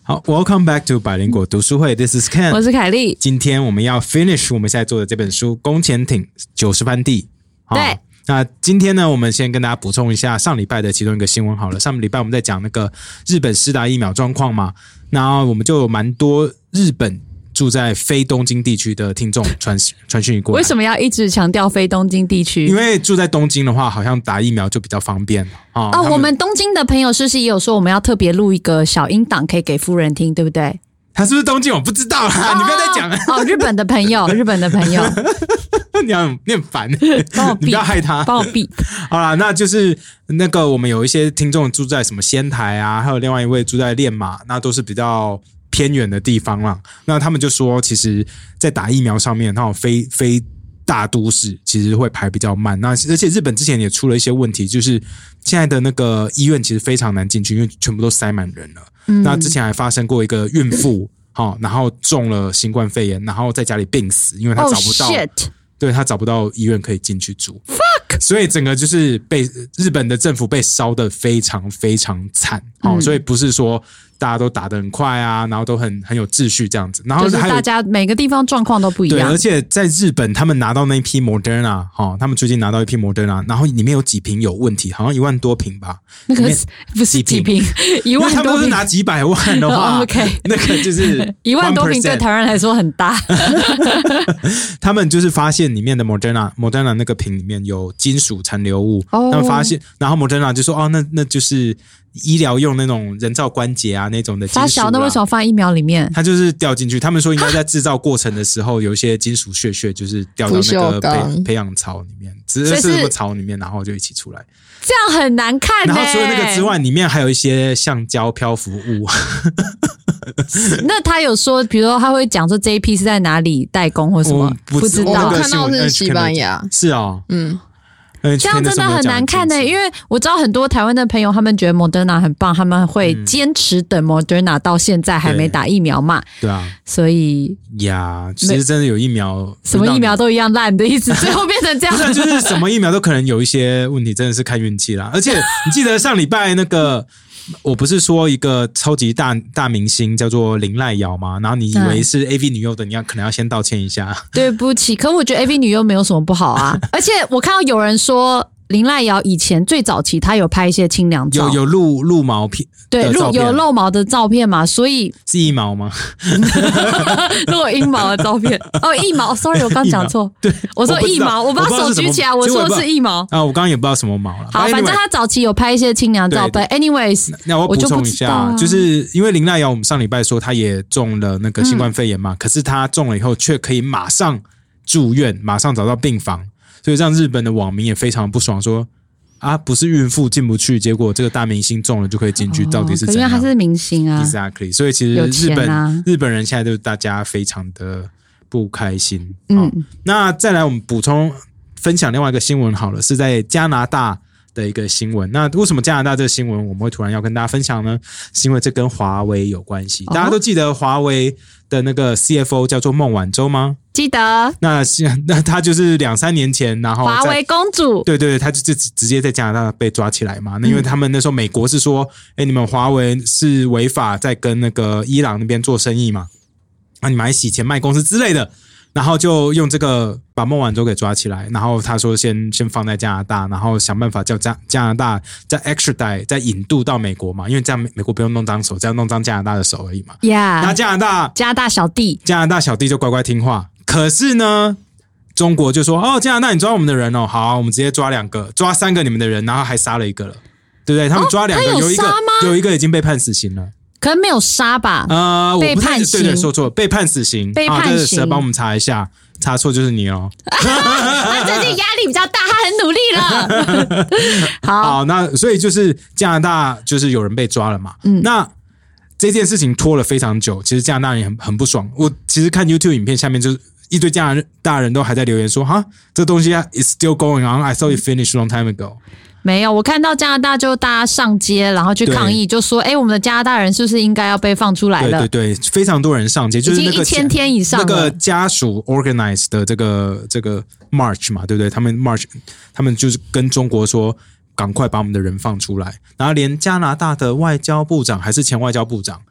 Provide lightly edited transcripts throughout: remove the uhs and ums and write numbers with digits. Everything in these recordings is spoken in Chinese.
好 ，Welcome back to 百灵果读书会 ，This is Ken， 我是凯莉。 今天我们要 finish 我们现在做的这本书《宫潜艇90番地》。 对。 那今天呢，我们先跟大家补充一下上礼拜的其中一个新闻好了。上礼拜我们在讲那个日本施打疫苗状况嘛，那我们就有蛮多日本住在非东京地区的听众传讯过来。 为什么要一直强调非东京地区？ 因为住在东京的话，好像打疫苗就比较方便哦。我们东京的朋友是不是也有说我们要特别录一个小音档，可以给夫人听，对不对？ 他是不是东京？我不知道啦，你不要再讲了。 日本的朋友，日本的朋友， 你很烦， 帮我避， 你不要害他， 帮我避。 好啦，那就是那个我们有一些听众住在什么仙台啊，还有另外一位住在练马，那都是比较偏远的地方啦。那他们就说，其实在打疫苗上面，那种非大都市其实会排比较慢。那而且日本之前也出了一些问题，就是现在的那个医院其实非常难进去，因为全部都塞满人了。那之前还发生过一个孕妇，然后中了新冠肺炎，然后在家里病死，因为她找不到，对，她找不到医院可以进去住。Fuck！ 所以整个就是被日本的政府被烧得非常非常惨。所以不是说大家都打得很快啊，然后都很有秩序这样子。然后就是大家每个地方状况都不一样。 对，而且在日本，他们拿到那一批 Moderna， 他们最近拿到一批 Moderna， 然后里面有几瓶有问题，好像1万多瓶吧。 那个不是几瓶，1万多瓶。 他们都是拿几百万的话 ，OK， 那个就是1 万多瓶对台湾人来说很大。 他们就是发现里面的 Moderna 那个瓶里面有金属残留物，他们发现，然后 Moderna 就说那就是医疗用那种人造关节啊那种的金属啦。 发小，那为什么放疫苗里面？ 它就是掉进去。他们说应该在制造过程的时候有一些金属屑就是掉到那个培养槽里面，只是什么槽里面，然后就一起出来。 这样很难看欸。 然后除了那个之外，里面还有一些橡胶漂浮物。 那他有说，比如说他会讲说这一批是在哪里代工或什么？不知道。 我看到是西班牙。 是哦， 这样真的很难看欸，因为我知道很多台湾的朋友，他们觉得 Moderna 很棒，他们会坚持等 Moderna 到现在还没打疫苗嘛。 对啊， 所以呀，其实真的有疫苗， 什么疫苗都一样烂的意思，最后变成这样。 不是，就是什么疫苗都可能有一些问题，真的是看运气啦。而且你记得上礼拜那个。我不是说一个超级大明星叫做林濑遥吗？然后你以为是 AV 女优的，你可能要先道歉一下。对不起，可我觉得 AV 女优没有什么不好啊。而且我看到有人说林濑遥以前最早期他有拍一些清凉照， 有露毛片， 对，有露毛的照片嘛，所以是腋毛吗？ 如果阴毛的照片腋毛 ，sorry， 我刚讲错， 对， 我说腋毛，我不知道手举起来，我说的是腋毛啊，我刚刚也不知道什么毛了。 好，反正他早期有拍一些清凉照片 ，anyways， 那我补充一下，就是因为林濑遥，我们上礼拜说他也中了那个新冠肺炎嘛，可是他中了以后却可以马上住院，马上找到病房。所以让日本的网民也非常不爽，说啊，不是孕妇进不去，结果这个大明星中了就可以进去，到底是怎样？ 因为他是明星啊 ，exactly。所以其实日本人现在就是大家非常的不开心。那再来我们补充分享另外一个新闻好了，是在加拿大的一个新闻。那为什么加拿大这个新闻我们会突然要跟大家分享呢？是因为这跟华为有关系。大家都记得华为的那个 CFO 叫做孟晚舟吗？ 记得。 那他就是2-3年前，然后华为公主， 对，他就直接在加拿大被抓起来嘛。那因为他们那时候美国是说，你们华为是违法在跟那个伊朗那边做生意嘛，你们还洗钱卖公司之类的。然后就用这个把孟晚舟给抓起来，然后他说先放在加拿大，然后想办法叫加拿大再 extradite 再引渡到美国嘛，因为这样美国不用弄脏手，这样弄脏加拿大的手而已嘛。那加拿大小弟就乖乖听话。可是呢，中国就说加拿大你抓我们的人哦，好，我们直接抓2个，抓3个你们的人，然后还杀了1个了，对不对？他们抓2个，有一个已经被判死刑了。 可能没有杀吧？ 被判刑，对，说错，被判死刑。被判刑，帮我们查一下，查错就是你哦。 他最近压力比较大，他很努力了。 好，那所以就是加拿大就是有人被抓了嘛。那这件事情拖了非常久，其实加拿大人很不爽。我其实看 YouTube 影片下面就是一堆加拿大人都还在留言说，哈，这东西 is still going on. I thought it finished long time ago. 没有，我看到加拿大就大家上街，然后去抗议，就说：“我们的加拿大人是不是应该要被放出来了？” 对，非常多人上街，就是那个已经1000天以上了。 那个家属 organize 的这个 march 嘛，对不对？他们 march， 他们就是跟中国说，赶快把我们的人放出来。然后连加拿大的外交部长还是前外交部长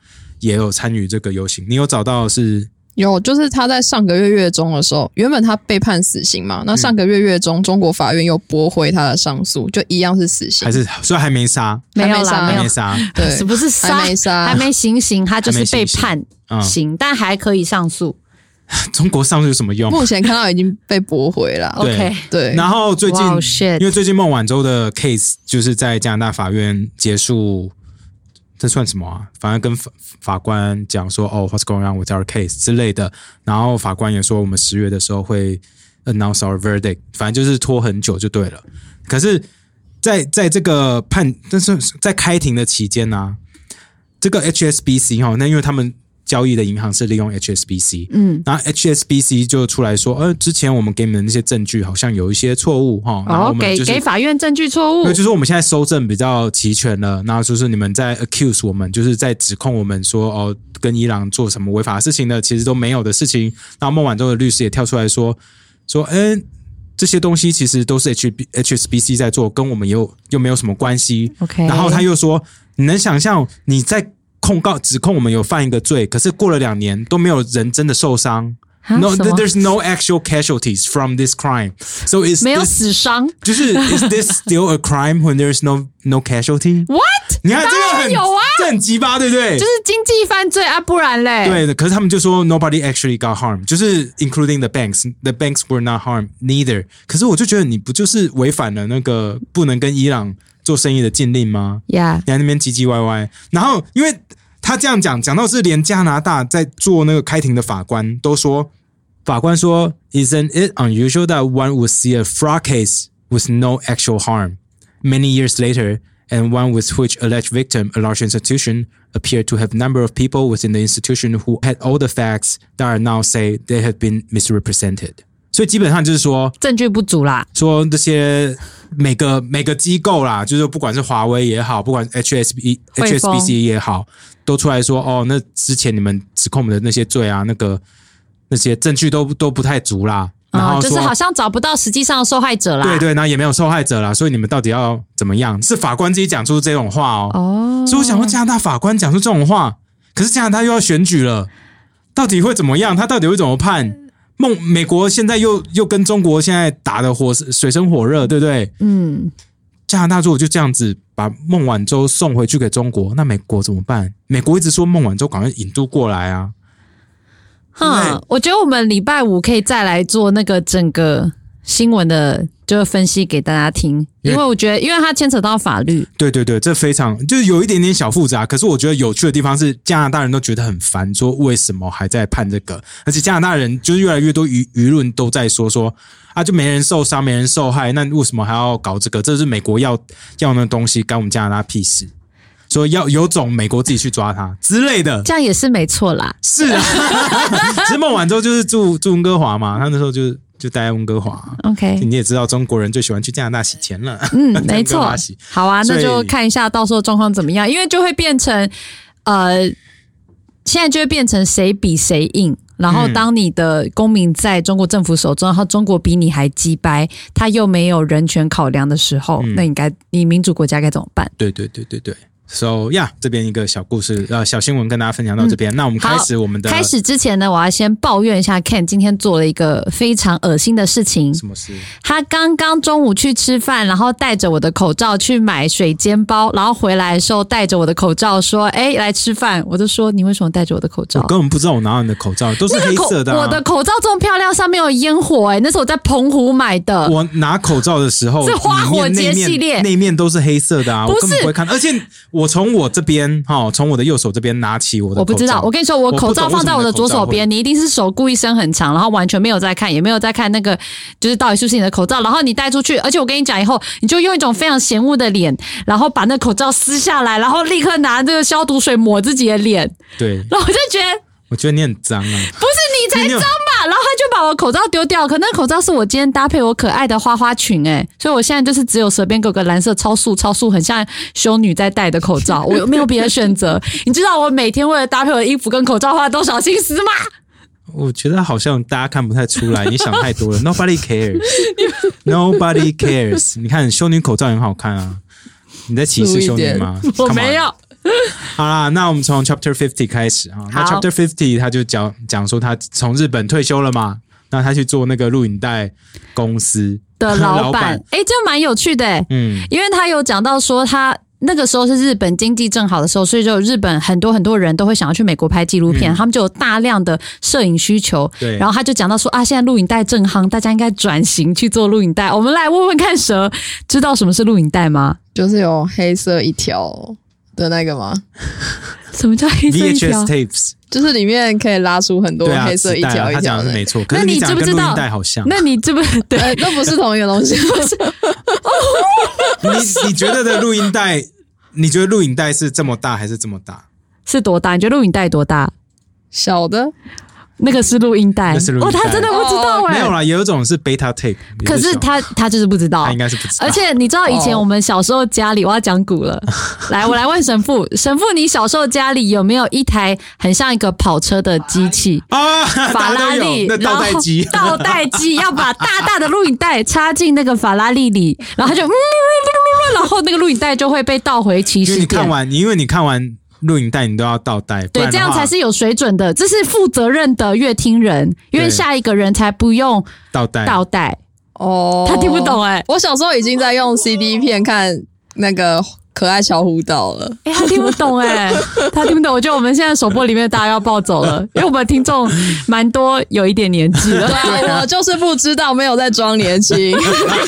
也有参与这个游行。你有找到是？ 有，就是他在上个月中的时候，原本他被判死刑嘛，那上个月中，中国法院又驳回他的上诉，就一样是死刑， 还是所以还没杀？ 没有啦， 还没杀， 对， 是不是杀？ 还没杀， 还没行刑，他就是被判刑，但还可以上诉。 中国上诉有什么用？ 目前看到已经被驳回了。 OK， 对。 然后最近， wow, 因为最近孟晚舟的 case 就是在加拿大法院结束。这算什么啊？反正跟法官讲说what's going on with our case 之类的，然后法官也说我们10月的时候会 announce our verdict， 反正就是拖很久就对了。可是在这个但是在开庭的期间呢，这个 HSBC 那因为他们交易的银行是利用 HSBC， 然后 HSBC 就出来说，之前我们给你们的那些证据好像有一些错误然后我们给法院证据错误， 对，就是我们现在搜证比较齐全了，然后就是你们在 accuse 我们，就是在指控我们说跟伊朗做什么违法的事情的，其实都没有的事情。然后孟晚舟的律师也跳出来说，这些东西其实都是 HSBC 在做，跟我们又没有什么关系。 OK， 然后他又说，你能想象你在指控我们有犯一个罪，可是过了2年都没有人真的受伤。No, there's no actual casualties from this crime. So is 没有死伤， 就是 is this still a crime when there's no casualty? What? 你看这个有啊， 这很鸡巴，对不对？ 就是经济犯罪啊，不然嘞。 对，可是他们就说 nobody actually got harmed， 就是 including the banks. The banks were not harmed neither. 可是我就觉得你不就是违反了那个不能跟伊朗做生意的禁令吗？ Yeah， 你在那边唧唧歪歪，然后因为他这样讲到是连加拿大在做那个开庭的法官都说，法官说 Isn't it unusual that one would see a fraud case with no actual harm many years later and one with which alleged victim, a large institution, appeared to have a number of people within the institution who had all the facts that are now say they have been misrepresented. 所以基本上就是说证据不足啦， 说这些每个机构啦，就是不管是华为也好，不管 HSBC 也好，都出来说那之前你们指控我们的那些罪啊，那些证据都不太足啦。然后就是好像找不到实际上的受害者啦。 对，然后也没有受害者啦，所以你们到底要怎么样？是法官自己讲出这种话所以我想说加拿大法官讲出这种话，可是加拿大又要选举了，到底会怎么样？他到底会怎么判？美国现在又跟中国现在打得水深火热，对不对？加拿大如果就这样子把孟晚舟送回去给中国，那美国怎么办？美国一直说孟晚舟赶快引渡过来啊。 我觉得我们礼拜五可以再来做那个整个新闻的就是分析给大家听，因为我觉得因为它牵扯到法律。对， 这非常就是有一点点小复杂，可是我觉得有趣的地方是加拿大人都觉得很烦，说为什么还在判这个，而且加拿大人就是越来越多舆论都在说就没人受伤没人受害，那为什么还要搞这个？这是美国要那东西，干我们加拿大屁事？说要有种美国自己去抓他之类的， 这样也是没错啦。 是啊，其实孟晚舟就是住温哥华嘛，他那时候就待在温哥华。 OK， 你也知道中国人最喜欢去加拿大洗钱了。 没错。好啊，那就看一下到时候状况怎么样，因为就会变成现在就会变成谁比谁硬。然后当你的公民在中国政府手中，然后中国比你还鸡掰，他又没有人权考量的时候，那你民主国家该怎么办？ 对。So yeah， 这边一个小故事小新闻跟大家分享到这边。那我们开始我们的。开始之前呢，我要先抱怨一下 Ken 今天做了一个非常恶心的事情。 什么事？ 他刚刚中午去吃饭，然后戴着我的口罩去买水煎包，然后回来的时候戴着我的口罩说：“来吃饭。”我就说：“你为什么戴着我的口罩？” 我根本不知道我拿到你的口罩，都是黑色的我的口罩这么漂亮，上面有烟火那是我在澎湖买的。 我拿口罩的时候是花火节系列， 内面都是黑色的我根本不会看。而且我从我这边从我的右手这边拿起我的口罩， 我不知道。我跟你说，我口罩放在我的左手边，你一定是手故意伸很长，然后完全没有在看，也没有在看那个就是到底是不是你的口罩，然后你戴出去，而且我跟你讲以后，你就用一种非常嫌恶的脸，然后把那口罩撕下来，然后立刻拿这个消毒水抹自己的脸。 对， 然后我就觉得， 我觉得你很脏啊！ 不是你才脏吧？然后他就把我口罩丢掉，可那口罩是我今天搭配我可爱的花花裙所以我现在就是只有舌边给我个蓝色超素，很像修女在戴的口罩，我没有别的选择。你知道我每天为了搭配我的衣服跟口罩花多少心思吗？ 我觉得好像大家看不太出来，你想太多了。Nobody cares. Nobody cares. 你看修女口罩很好看啊，你在歧视修女吗？ 我没有。 好啦，那我们从 Chapter 50开始啊。那 Chapter 50他就讲说他从日本退休了嘛，那他去做那个录影带公司的老板，这蛮有趣的因为他有讲到说他那个时候是日本经济正好的时候，所以就有日本很多人都会想要去美国拍纪录片，他们就有大量的摄影需求。 对， 然后他就讲到说现在录影带正夯，大家应该转型去做录影带。我们来问问看蛇，知道什么是录影带吗？ 就是有黑色一条的那个吗？ 什么叫黑色一条 VHS tapes， 就是里面可以拉出很多黑色一条一条的。 他讲的是没错，可是你讲的跟录影带好像。 那你知不知道？对， 都不是同一个东西。 你觉得的录音带，你觉得录影带是这么大还是这么大？ 是多大？你觉得录影带多大？ 小的。 那个是录音带，他真的不知道没有啦，有一种是 beta tape， 可是他就是不知道， 他应该是不知道。 而且你知道以前我们小时候家里，我要讲古了，来，我来问神父，你小时候家里有没有一台很像一个跑车的机器啊？ 法拉利， 那倒带机， 倒带机要把大大的录影带插进那个法拉利里，然后它就然后那个录影带就会被倒回起始点。 因为你看完录影带你都要倒带， 对，这样才是有水准的，这是负责任的乐听人，因为下一个人才不用倒带。 哦， 他听不懂我小时候已经在用 CD 片看那个可爱巧虎岛了。 他听不懂他听不懂。我觉得我们现在首播里面大家要暴走了，因为我们听众蛮多有一点年纪了。 对啊，我就是不知道，没有在装年轻。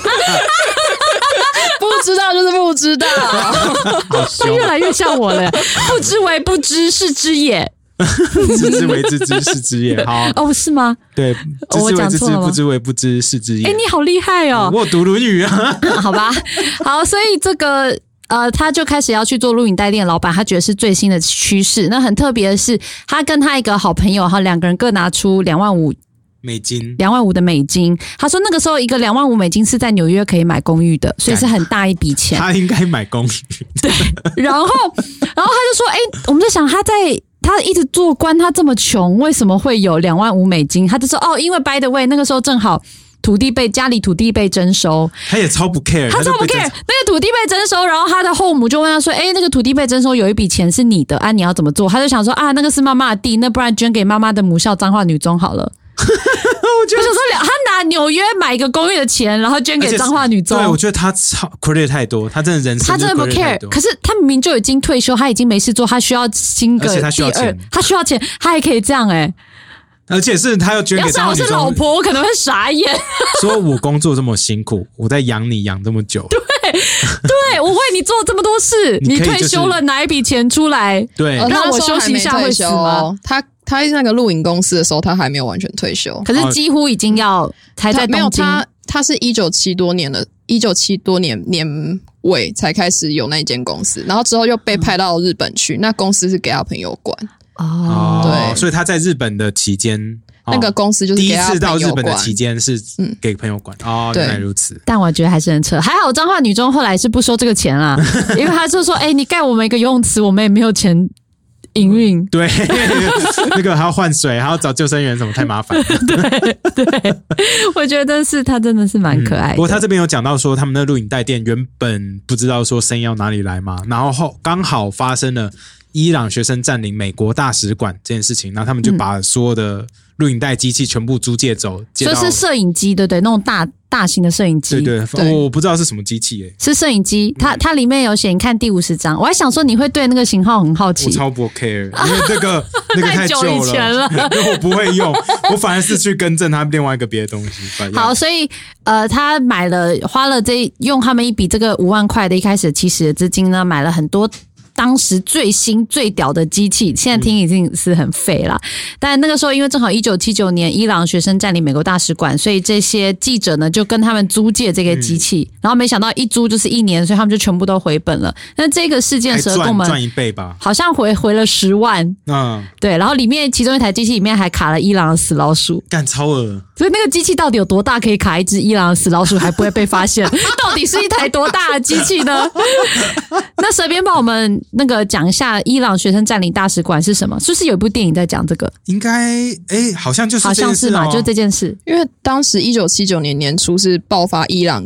不知道就是不知道， 越来越像我了。不知为不知，是知也。 知之为知之，是知也。好是吗？ 对，知之为知之，不知为不知，是知也。 你好厉害哦！ 我有读《论语》啊。 好吧，好，所以这个他就开始要去做录影带店老板，他觉得是最新的趋势。那很特别的是，他跟他一个好朋友，两个人各拿出25,000的美金。他说那个时候一个25,000美金是在纽约可以买公寓的，所以是很大一笔钱。 他应该买公寓。 对，然后他就说，我们在想他一直做官，他这么穷，为什么会有25,000美金？他就说因为 by the way 那个时候正好家里土地被征收， 他也超不 care， 他超不 care 那个土地被征收，然后他的后母就问他说，那个土地被征收有一笔钱是你的你要怎么做？他就想说那个是妈妈的地，那不然捐给妈妈的母校彰化女中好了。我想说他拿纽约买一个公寓的钱，然后捐给彰化女中。 对，我觉得他credit 太多，他真的人生他真的不 care。可是他明明就已经退休，他已经没事做，他需要新个， 而且他需要钱， 他还可以这样而且是他要捐给彰化女中。 要是我是老婆，我可能会傻眼。 说我工作这么辛苦，我在养你养这么久， 对，我为你做这么多事，你退休了拿一笔钱出来， 对， 让我休息一下会死吗？ 他那个录影公司的时候，他还没有完全退休， 可是几乎已经要才在东京。 他是1970多年的，1970多年年尾才开始有那间公司，然后之后又被派到日本去，那公司是给他朋友管。对， 所以他在日本的期间， 那个公司就是给他朋友管。第一次到日本的期间是给朋友管。原来如此。 但我觉得还是很扯，还好彰化女中后来是不收这个钱啦，因为他就说，你盖我们一个游泳池，我们也没有钱营运。 对，那个还要换水，还要找救生员，什么太麻烦了。 对，我觉得是他真的是蛮可爱的。 不过他这边有讲到说，他们的录影带店原本不知道说生意要哪里来嘛，然后刚好发生了伊朗学生占领美国大使馆这件事情，然后他们就把所有的录影带机器全部租借走， 就是摄影机，对对，那种大型的摄影机。 对，我不知道是什么机器是摄影机，它里面有写，你看第50章，我还想说你会对那个型号很好奇。 我超不 care，因为那个太久以前了， 我不会用，我反而是去更正他另外一个别的东西。 好，所以他花了用他们一笔这个5万块的一开始起始的资金呢，买了很多当时最新最屌的机器，现在听已经是很废了。但那个时候因为正好1979年伊朗学生占领美国大使馆，所以这些记者呢就跟他们租借这个机器，然后没想到一租就是1年，所以他们就全部都回本了。那这个事件蛇跟我们赚1倍吧， 好像回了10万。对，然后里面其中一台机器里面还卡了伊朗的死老鼠， 干超恶。 所以那个机器到底有多大，可以卡一只伊朗的死老鼠还不会被发现？到底是一台多大的机器呢？那随便帮我们那个讲一下伊朗学生占领大使馆是什么？是不是有一部电影在讲这个？ 应该好像就是这件事好像是嘛，就这件事。 因为当时1979年年初是爆发伊朗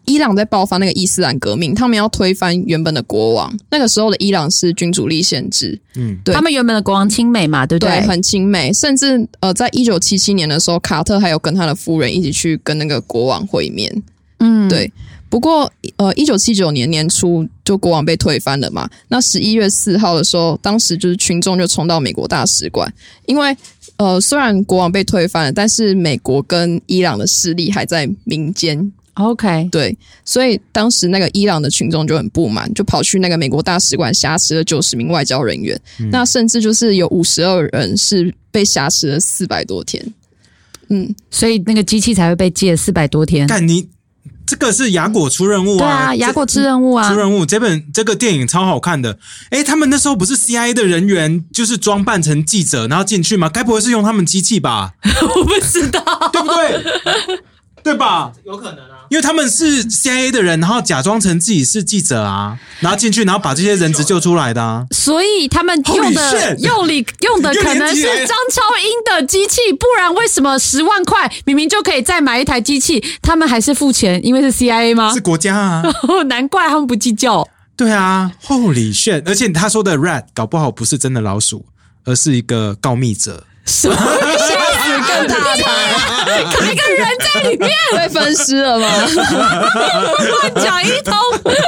伊朗在爆发那个伊斯兰革命，他们要推翻原本的国王。那个时候的伊朗是君主立宪制，对， 他们原本的国王亲美嘛，对不对？ 对，很亲美。甚至在1977年的时候，卡特还有跟他的夫人一起去跟那个国王会面。对。不过1979年年初就国王被推翻了嘛，那11月4号的时候，当时就是群众就冲到美国大使馆，因为虽然国王被推翻了，但是美国跟伊朗的势力还在民间。 OK， 对，所以当时那个伊朗的群众就很不满，就跑去那个美国大使馆挟持了90名外交人员，那甚至就是有52人是被挟持了400多天。 所以那个机器才会被借400多天。 干你这个是雅果出任务啊！ 对啊，雅果出任务啊！ 出任务，这个电影超好看的。他们那时候不是 CIA 的人员，就是装扮成记者，然后进去吗？该不会是用他们机器吧？ 我不知道， 对不对？对吧？ 有可能啊， 因为他们是 CIA 的人，然后假装成自己是记者啊，然后进去，然后把这些人质救出来的啊。 所以他们用的可能是张超英的机器，不然为什么10万块明明就可以再买一台机器，他们还是付钱？因为是 CIA 吗？ 是国家啊， 难怪他们不计较。 对啊 ，Holy shit！ 而且他说的 rat 搞不好不是真的老鼠，而是一个告密者。 什么？吓死更大牌，可一个人在里面被分尸了吗？ 乱讲一通。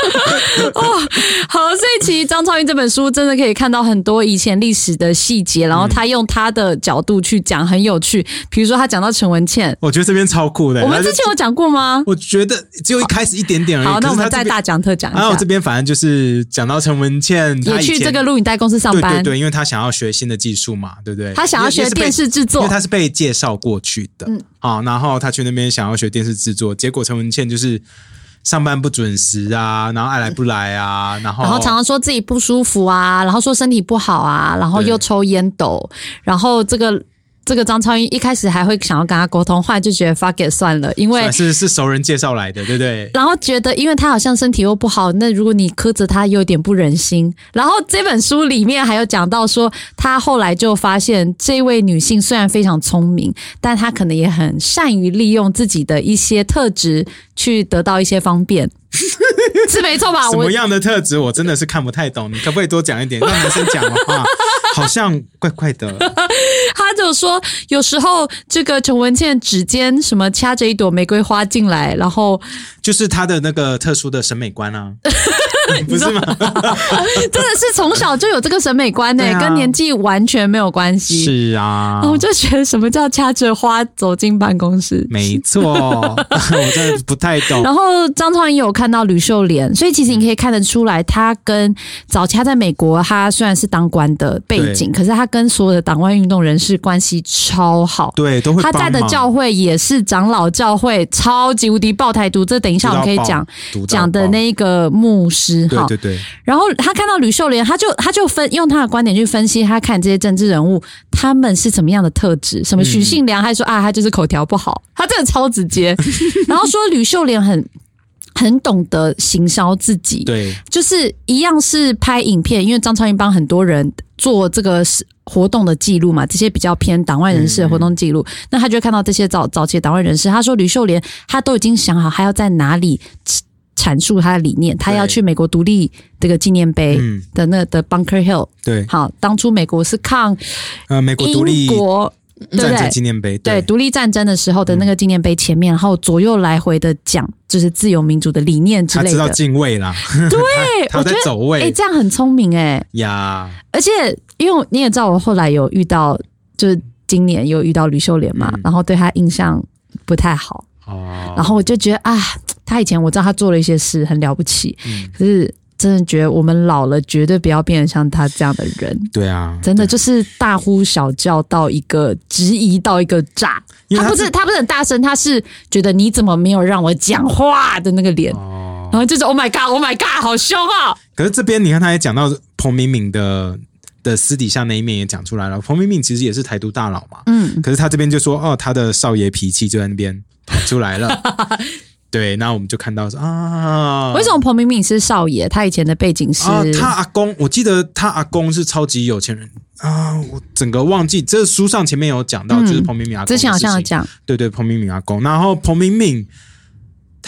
好，所以其实张超英这本书真的可以看到很多以前历史的细节，然后他用他的角度去讲，很有趣。比如说他讲到陈文茜， 我觉得这边超酷的。 我们之前有讲过吗？ 我觉得只有一开始一点点而已。 好，那我们再大讲特讲一下。 然后这边反正就是讲到陈文茜， 也去这个录影带公司上班， 对，因为他想要学新的技术嘛，对不对？ 他想要学电视制作， 因为他是被介绍过去的。然后他去那边想要学电视制作，结果陈文茜就是上班不准时啊，然后爱来不来啊，然后常常说自己不舒服啊，然后说身体不好啊，然后又抽烟斗，然后这个张超英一开始还会想要跟他沟通，后来就觉得 fuck it 算了，因为是熟人介绍来的，对不对？ 然后觉得因为他好像身体又不好，那如果你苛责他又有点不忍心。然后这本书里面还有讲到说，他后来就发现这位女性虽然非常聪明，但她可能也很善于利用自己的一些特质去得到一些方便。是没错吧？ 什么样的特质我真的是看不太懂，你可不可以多讲一点？让男生讲的话好像怪怪的。 他就说有时候这个陈文茜指尖什么掐着一朵玫瑰花进来，然后就是他的那个特殊的审美观啊。不是吗？ 真的是从小就有这个审美观跟年纪完全没有关系。 是啊， 我就觉得什么叫掐着花走进办公室？ 没错，我真的不太懂。 然后张超英有看到吕秀莲，所以其实你可以看得出来，他跟早期他在美国，他虽然是当官的背景，可是他跟所有的党外运动人士关系超好。 对，都会帮忙。 他在的教会也是长老教会，超级无敌爆台独，这等一下我们可以讲的那个牧师。 对， 然后他看到吕秀莲，他就用他的观点去分析，他看这些政治人物他们是什么样的特质，什么许信良还说他就是口条不好，他真的超直接。然后说吕秀莲很懂得行销自己， 对，就是一样是拍影片，因为张超英帮很多人做这个活动的记录嘛，这些比较偏党外人士的活动记录，那他就会看到这些早期的党外人士，他说吕秀莲他都已经想好他要在哪里阐述他的理念，他要去美国独立这个纪念碑的的 Bunker Hill。 对， 好，当初美国是抗美国独立战争纪念碑， 对，独立战争的时候的那个纪念碑前面，然后左右来回的讲，就是自由民主的理念之类的。 他知道敬畏啦， 对， 他在走位， 这样很聪明呀。 而且因为你也知道，我后来有遇到，就是今年有遇到吕秀莲嘛，然后对他印象不太好。然后我就觉得他以前我知道他做了一些事很了不起，可是真的觉得我们老了绝对不要变成像他这样的人。 对啊， 真的就是大呼小叫到一个质疑到一个炸。他不是很大声，他是觉得你怎么没有让我讲话的那个脸，然后就是 Oh my God Oh my God 好凶啊！ 可是这边你看他也讲到彭明敏的私底下那一面也讲出来了。彭明敏其实也是台独大佬嘛，可是他这边就说他的少爷脾气就在那边跑出来了。对，那我们就看到为什么彭明敏是少爷？他以前的背景是他阿公，我记得他阿公是超级有钱人我整个忘记，这书上前面有讲到，就是彭明敏阿公之前好像有讲， 对，彭明敏阿公。然后彭明敏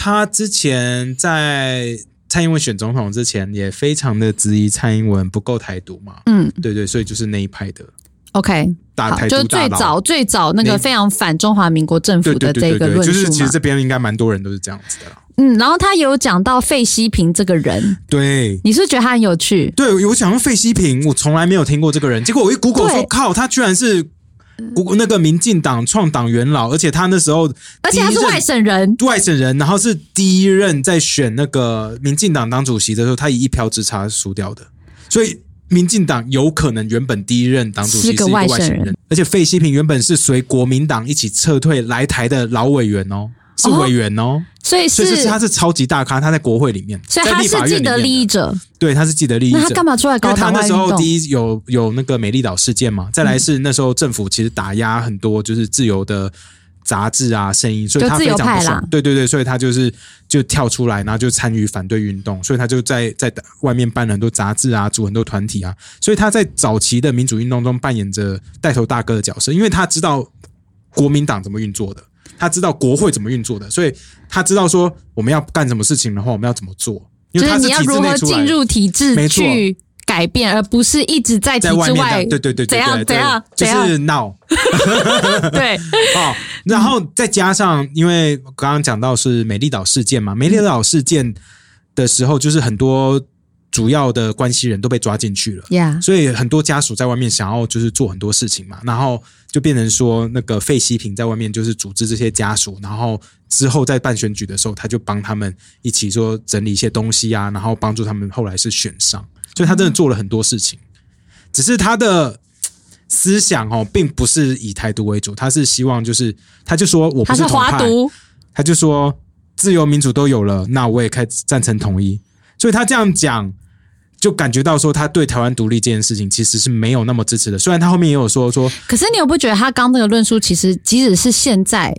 他之前在蔡英文选总统之前，也非常的质疑蔡英文不够台独嘛。对对，所以就是那一派的。 OK， 打台独就是最早那个非常反中华民国政府的这个论述嘛， 就是其实这边应该蛮多人都是这样子的啦。 然后他有讲到费希平这个人， 对， 你是觉得他很有趣？ 对，我讲到费希平，我从来没有听过这个人，结果我一 Google 说，靠，他居然是那个民进党创党元老，而且他那时候， 而且他是外省人， 然后是第一任在选那个民进党当主席的时候，他以1票之差输掉的，所以民进党有可能原本第一任党主席是一个外省人，而且费希平原本是随国民党一起撤退来台的老委员哦，是委员哦， 所以他是超级大咖，他在国会里面， 所以他是既得利益者， 对，他是既得利益者。 那他干嘛出来搞党外运动？ 因为他那时候第一有那个美丽岛事件嘛，再来是那时候政府其实打压很多就是自由的杂志啊声音，所以他非常不爽，对，所以他就跳出来，然后就参与反对运动，所以他就在外面办了很多杂志啊，组很多团体啊，所以他在早期的民主运动中扮演着带头大哥的角色，因为他知道国民党怎么运作的，他知道国会怎么运作的，所以他知道说我们要干什么事情的话，我们要怎么做，因为他是体制内出来的， 就是你要如何进入体制去改变，而不是一直在体制外。 对， 怎样就是闹。 对， 然后再加上，因为刚刚讲到是美丽岛事件嘛，美丽岛事件的时候，就是很多主要的关系人都被抓进去了，所以很多家属在外面想要就是做很多事情嘛，然后就变成说那个费希平在外面就是组织这些家属，然后之后在办选举的时候，他就帮他们一起说整理一些东西啊，然后帮助他们后来是选上，所以他真的做了很多事情，只是他的思想并不是以台独为主，他是希望就是他就说我不是统派，他就说自由民主都有了，那我也开始赞成统一，所以他这样讲就感觉到说他对台湾独立这件事情其实是没有那么支持的，虽然他后面也有说， 可是你有不觉得他刚这个论述其实即使是现在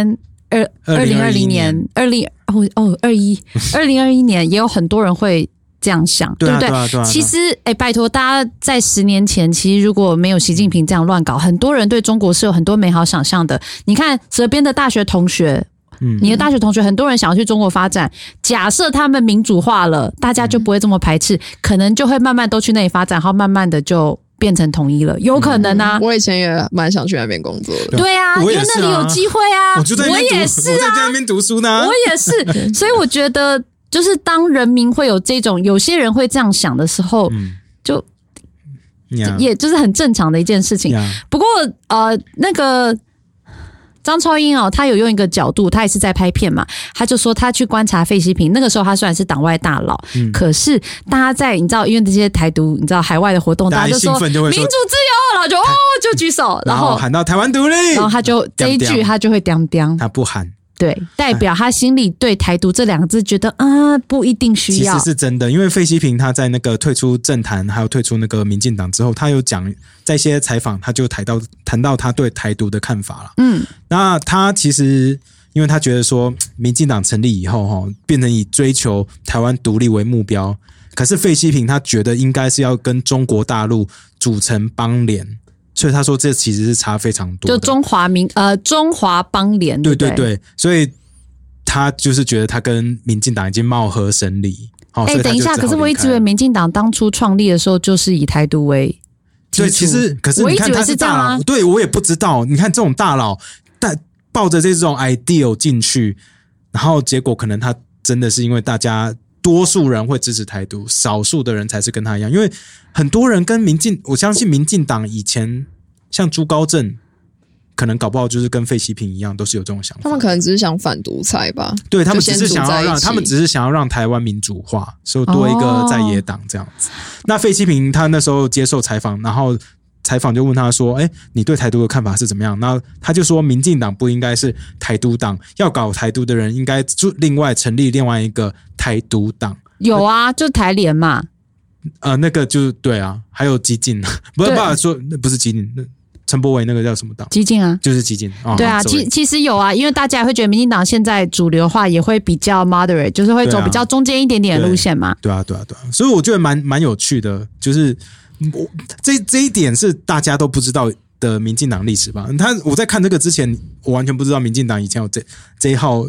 2020年2021年也有很多人会这样想，对不对？其实拜托大家在10年前，其实如果没有习近平这样乱搞，很多人对中国是有很多美好想象的。你看舌边的大学同学，你的大学同学很多人想要去中国发展，假设他们民主化了，大家就不会这么排斥，可能就会慢慢都去那里发展，然后慢慢的就变成统一了，有可能啊。 我以前也蛮想去那边工作的。 对啊，因为那里有机会啊。我也是啊， 我在那边读书呢。 我也是，所以我觉得就是当人民会有这种有些人会这样想的时候，就也就是很正常的一件事情。不过那个张超英他有用一个角度，他也是在拍片嘛，他就说他去观察费希平，那个时候他虽然是党外大佬，可是大家在你知道因为这些台独你知道海外的活动，大家就说民主自由，然后就举手，然后喊到台湾独立， 然后他就这一句他就会叼叼， 他不喊。 对，代表他心里对台独这2个字觉得不一定需要。 其实是真的，因为费希平他在那个退出政坛，还有退出那个民进党之后，他有讲在一些采访，他就谈到他对台独的看法了。那他其实因为他觉得说，民进党成立以后变成以追求台湾独立为目标，可是费希平他觉得应该是要跟中国大陆组成邦联。所以他说这其实是差非常多的， 就中华邦联， 对，所以他就是觉得他跟民进党已经貌合神离。 等一下，可是我一直以为民进党当初创立的时候就是以台独为基础。 对，其实可是你看他是大佬，对我也不知道。你看这种大佬抱着这种 ideal 进去，然后结果可能他真的是因为大家多数人会支持台独，少数的人才是跟他一样，因为很多人跟我相信民进党以前像朱高正，可能搞不好就是跟费希平一样，都是有这种想法。 他们可能只是想反独裁吧？ 对，他们只是想要让台湾民主化，所以多一个在野党这样子。那费希平他那时候接受采访，然后采访就问他说：“你对台独的看法是怎么样？”然后他就说：“民进党不应该是台独党，要搞台独的人应该另外成立另外一个台独党。” 有啊，就台联嘛。 那个就对啊，还有激进，不是说那不是激进，陈柏惟那个叫什么党？ 激进啊， 就是激进。 对啊，其实有啊，因为大家会觉得民进党现在主流化也会比较 moderate， 就是会走比较中间一点点的路线嘛。 对啊，所以我觉得蛮有趣的，就是这一点是大家都不知道的民进党历史吧。我在看这个之前，我完全不知道民进党以前有这一号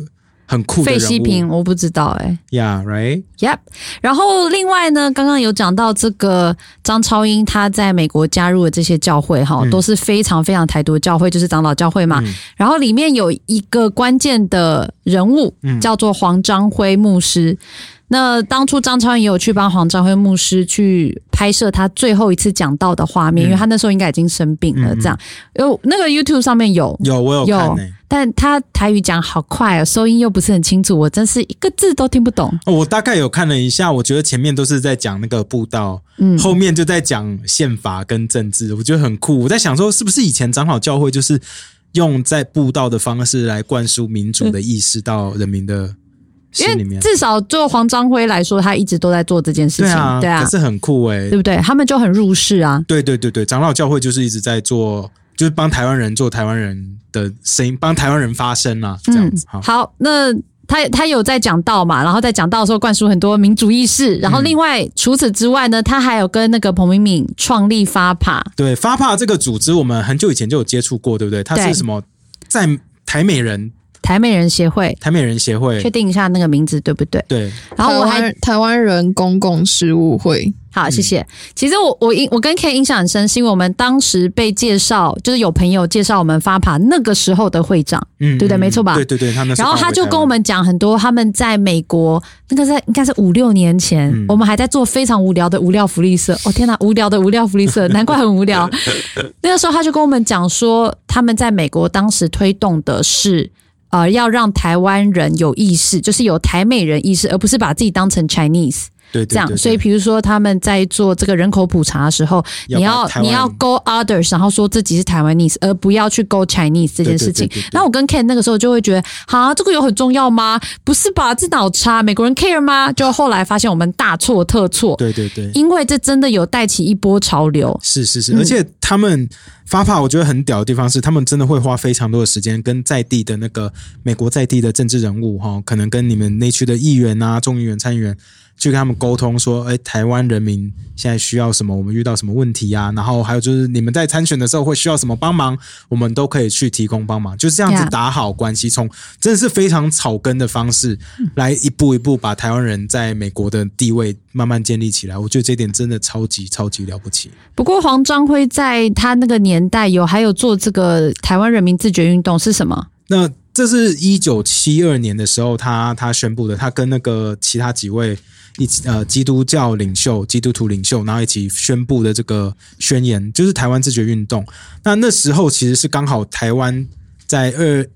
很酷的人物。 费希平我不知道 Yeah, right? Yep. 然后另外呢，刚刚有讲到这个张超英他在美国加入的这些教会都是非常非常台独的教会，就是长老教会嘛。然后里面有一个关键的人物叫做黄章辉牧师。那当初张超英也有去帮黄章辉牧师去拍摄他最后一次讲道的画面，因为他那时候应该已经生病了。这样那个 YouTube 上面有我有看但他台语讲好快收音又不是很清楚，我真是一个字都听不懂。 我大概有看了一下，我觉得前面都是在讲那个布道，后面就在讲宪法跟政治，我觉得很酷。我在想说，是不是以前长老教会就是用在布道的方式来灌输民主的意识到人民的心里面？ 因为至少就黄章辉来说，他一直都在做这件事情。对啊， 可是很酷对不对？他们就很入世啊。 对，长老教会就是一直在做，就是帮台湾人做台湾人的声音，帮台湾人发声啊，这样子。 好，那他有在讲道嘛，然后在讲道的时候灌输很多民主意识，然后另外除此之外呢，他还有跟那个彭明敏创立发帕。 对，发帕这个组织我们很久以前就有接触过，对不对？它是什么？在台美人协会，确定一下那个名字对不对？ 对。 然后台湾人公共事务会。 好，谢谢。其实我跟 Ken 印象很深，是因为我们当时被介绍，就是有朋友介绍我们发帕那个时候的会长，对不对？没错吧？ 对，他那时候。 然后他就跟我们讲很多他们在美国，那个应该是5-6年前，我们还在做非常无聊的无料福利社。哦天哪，无聊的无料福利社，难怪很无聊。那个时候他就跟我们讲说，他们在美国当时推动的是。要让台湾人有意识，就是有台美人意识，而不是把自己当成 Chinese。 对， 这样，所以比如说他们在做这个人口普查的时候，你要 go others， 然后说自己是台湾 Chinese， 而不要去 go Chinese 这件事情。那我跟 Ken 那个时候就会觉得，这个有很重要吗？不是吧，这脑差，美国人 care 吗？就后来发现我们大错特错。 对， 因为这真的有带起一波潮流。 是，而且他们发帕我觉得很屌的地方是，他们真的会花非常多的时间跟在地的那个美国在地的政治人物可能跟你们内区的议员啊、众议员、参议员。去跟他们沟通说，台湾人民现在需要什么，我们遇到什么问题啊，然后还有就是你们在参选的时候会需要什么帮忙，我们都可以去提供帮忙，就是这样子打好关系，从真的是非常草根的方式来一步一步把台湾人在美国的地位慢慢建立起来。我觉得这点真的超级了不起。 不过黄章辉在他那个年代还有做这个台湾人民自决运动是什么？ 那这是1972年的时候他宣布的，他跟那个其他几位基督徒领袖，然后一起宣布的这个宣言，就是台湾自决运动。那时候其实是刚好台湾在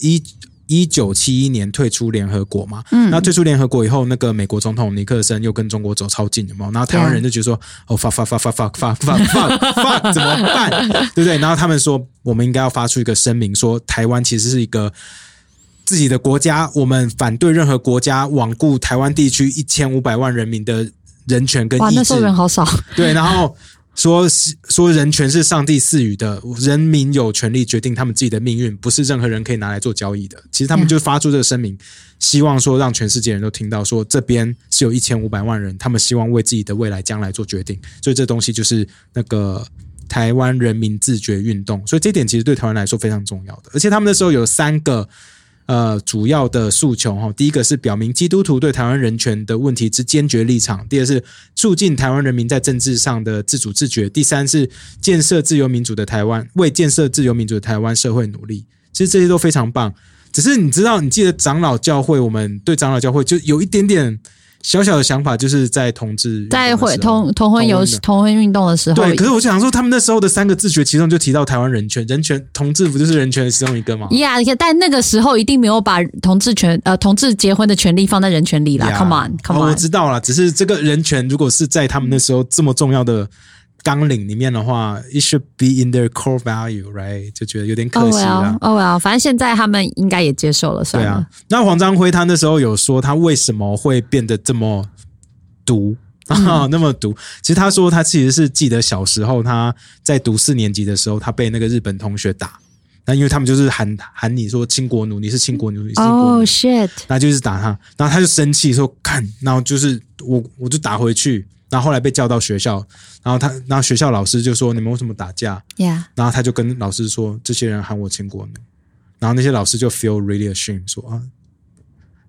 1971年退出联合国嘛，那退出联合国以后，那个美国总统尼克森又跟中国走超近，有没有？然后台湾人就觉得说，fuck 怎么办？对不对？然后他们说，我们应该要发出一个声明，说台湾其实是一个自己的国家，我们反对任何国家罔顾台湾地区1500万人民的人权跟意志。 哇，那时候人好少。 对，然后说人权是上帝赐予的，人民有权利决定他们自己的命运，不是任何人可以拿来做交易的。其实他们就发出这个声明，希望说让全世界人都听到，说这边是有1500万人，他们希望为自己的未来将来做决定。所以这东西就是那个台湾人民自决运动。所以这点其实对台湾来说非常重要的。而且他们那时候有3个主要的诉求，第一个是表明基督徒对台湾人权的问题之坚决立场，第二是促进台湾人民在政治上的自主自觉，第三是建设自由民主的台湾，为建设自由民主的台湾社会努力。其实这些都非常棒，只是你记得长老教会，我们对长老教会就有一点点小小的想法，就是在同志在同婚运动的时候， 对。可是我想说，他们那时候的3个自觉，其中就提到台湾人权，同志不就是人权的其中一个吗但那个时候一定没有把同志结婚的权利放在人权里啦。Come on， 我知道啦，只是这个人权如果是在他们那时候这么重要的纲领里面的话 ，it should be in their core value， right？ 就觉得有点可惜啦。 反正现在他们应该也接受了，算了。 对啊，那黄章辉他那时候有说他为什么会变得这么毒那么毒。其实他说他其实是记得小时候他在读4年级的时候，他被那个日本同学打。那因为他们就是喊你说亲国奴，你是亲国奴，你是亲国奴。 Oh shit！ 那就是打他，然后他就生气说看，然后就是我就打回去。然后后来被叫到学校，然后学校老师就说你们为什么打架？ Yeah. 然后他就跟老师说这些人喊我亲国奴，然后那些老师就 feel really ashamed 说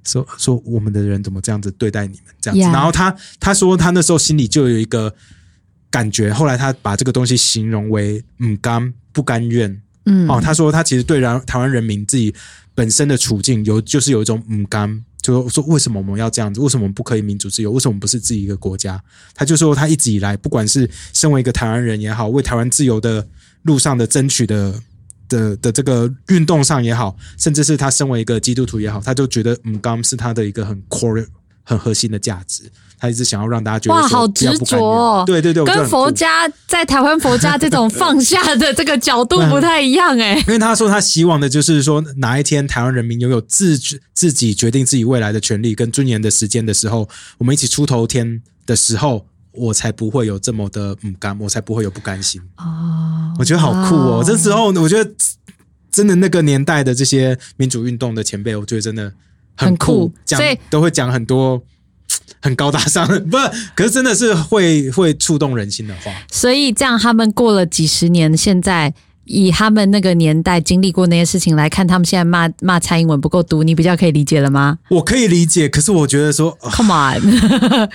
说我们的人怎么这样子对待你们这样子。 Yeah. 然后他说他那时候心里就有一个感觉，后来他把这个东西形容为不甘愿。他说他其实对台湾人民自己本身的处境就是有一种甘，就说为什么我们要这样子，为什么我们不可以民主自由，为什么我们不是自己一个国家。他就说他一直以来不管是身为一个台湾人也好，为台湾自由的路上的争取的这个运动上也好，甚至是他身为一个基督徒也好，他就觉得是他的一个很 core 很核心的价值。他一直想要让大家觉得说哇，好执着哦！ 对， 跟佛家在台湾佛家这种放下的这个角度不太一样因为他说他希望的就是说，哪一天台湾人民拥有自己决定自己未来的权利跟尊严的时间的时候，我们一起出头天的时候，我才不会有这么的我才不会有不甘心。我觉得好酷哦！这时候我觉得真的那个年代的这些民主运动的前辈，我觉得真的很酷，所以都会讲很多很高大上的，可是真的是会触动人心的话。 所以这样他们过了几十年，现在以他们那个年代经历过那些事情来看，他们现在骂蔡英文不够毒，你比较可以理解了吗？ 我可以理解，可是我觉得说 Come on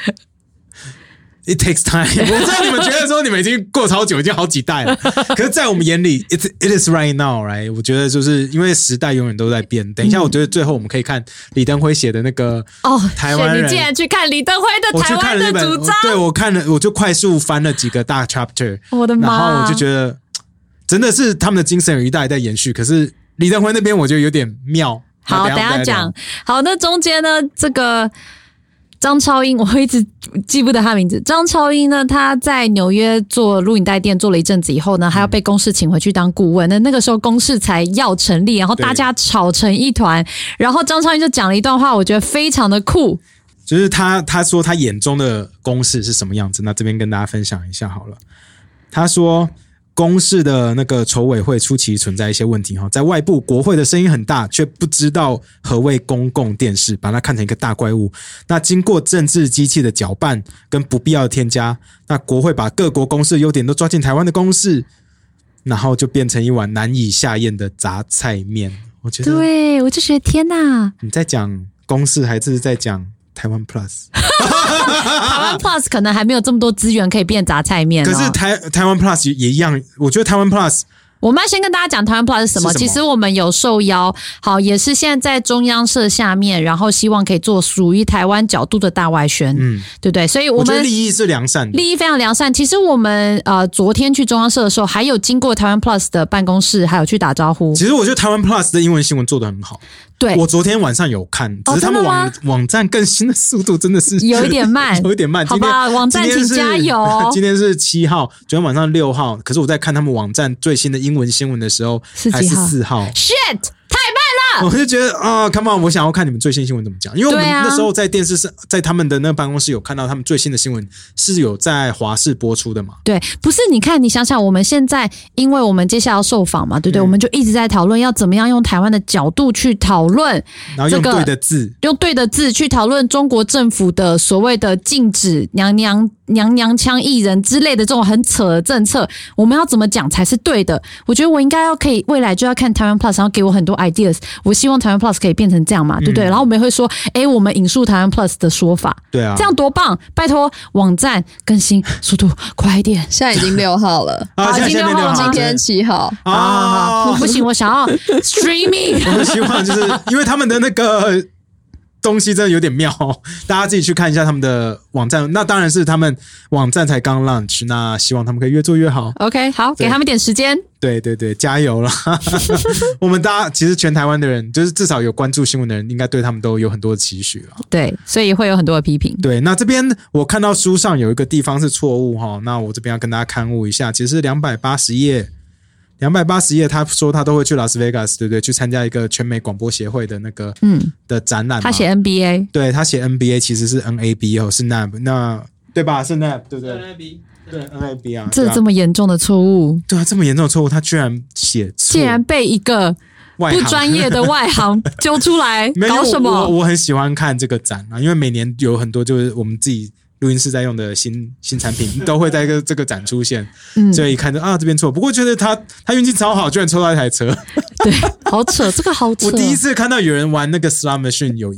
It takes time 我知道你们觉得说你们已经过超久，已经好几代了，可是在我们眼里 it is right now right？ 我觉得就是因为时代永远都在变。等一下我觉得最后我们可可以看李登辉写的那个台湾人， 你竟然去看李登辉的台湾的主张。 对，我看了，我就快速翻了几个大 chapter， 我的妈， 然后我就觉得真的是他们的精神有一代在延续，可是李登辉那边我觉得有点妙。 好，等一下讲。好，那中间呢，这个张超英，我一直记不得他名字。张超英呢，他在纽约做录影带店做了一阵子以后呢，还要被公视请回去当顾问。那个时候公视才要成立，然后大家吵成一团。然后张超英就讲了一段话，我觉得非常的酷。 就是他说他眼中的公视是什么样子，那这边跟大家分享一下好了。他说公视的那个筹委会初期存在一些问题，在外部国会的声音很大，却不知道何谓公共电视，把它看成一个大怪物。那经过政治机器的搅拌跟不必要的添加，那国会把各国公视的优点都抓进台湾的公视，然后就变成一碗难以下咽的杂菜面。我觉得， 对，我就觉得天哪， 你在讲公视还是在讲台湾 Plus？ 台湾 Plus 可能还没有这么多资源可以变杂菜面可是台湾 Plus 也一样，我觉得台湾 Plus。 我们要先跟大家讲台湾 Plus 是什么。其实我们有受邀，好，也是现在在中央社下面，然后希望可以做属于台湾角度的大外宣，对不对？所以我觉得利益是良善的， 利益非常良善。其实我们昨天去中央社的时候，还有经过台湾 Plus 的办公室，还有去打招呼。 其实我觉得台湾 Plus 的英文新闻做得很好。 对， 我昨天晚上有看，只是他们网站更新的速度真的是有一点慢， 有一点慢。 好吧，网站请加油。 今天是7号，昨天晚上6号，可是我在看他们网站最新的英文新闻的时候，还是4号。 Shit， 太慢了！ 我就觉得come on， 我想要看你们最新新闻怎么讲，因为我们那时候在电视上，在他们的那个办公室有看到他们最新的新闻是有在华视播出的嘛？ 对，不是你看，你想想，我们现在因为我们接下来要受访嘛，对不对？我们就一直在讨论要怎么样用台湾的角度去讨论， 然后用对的字， 用对的字去讨论中国政府的所谓的禁止娘娘腔艺人之类的这种很扯的政策，我们要怎么讲才是对的？我觉得我应该可以未来就要看台湾 Plus， 然后给我很多 ideas。我希望台湾 Plus 可以变成这样嘛，对不对？然后我们也会说，我们引述台湾 Plus 的说法， 对啊， 这样多棒！拜托，网站更新速度快一点。 现在已经6号了， 已经6号了吗？ 今天7号啊，不行，我想要 streaming。 我们希望就是因为他们的那个东西真的有点妙，大家自己去看一下他们的网站。那当然是他们网站才刚 launch， 那希望他们可以越做越好。 OK， 好，给他们点时间。 对对对，加油啦！我们大家其实全台湾的人，就是至少有关注新闻的人，应该对他们都有很多的期许了。 对，所以会有很多的批评。 对，那这边我看到书上有一个地方是错误哈，那我这边要跟大家勘误一下，其实是280页，他说他都会去拉斯维加斯，对不对？去参加一个全美广播协会的那个的展览。 他写 NBA， 对，他写 NBA 其实是 NAB 哦，是 NAB， 那对吧？是 NAB， 对不对？NAB。对 NAB 啊， 这么严重的错误， 对啊，这么严重的错误，他居然写错， 竟然被一个不专业的外行揪出来，搞什么？ 我很喜欢看这个展啊，因为每年有很多就是我们自己录音室在用的新产品都会在这个展出现，所以一看就这边错。不过觉得他运气超好，居然抽到一台车， 对，好扯，这个好扯。 我第一次看到有人玩那个 Slot Machine 有赢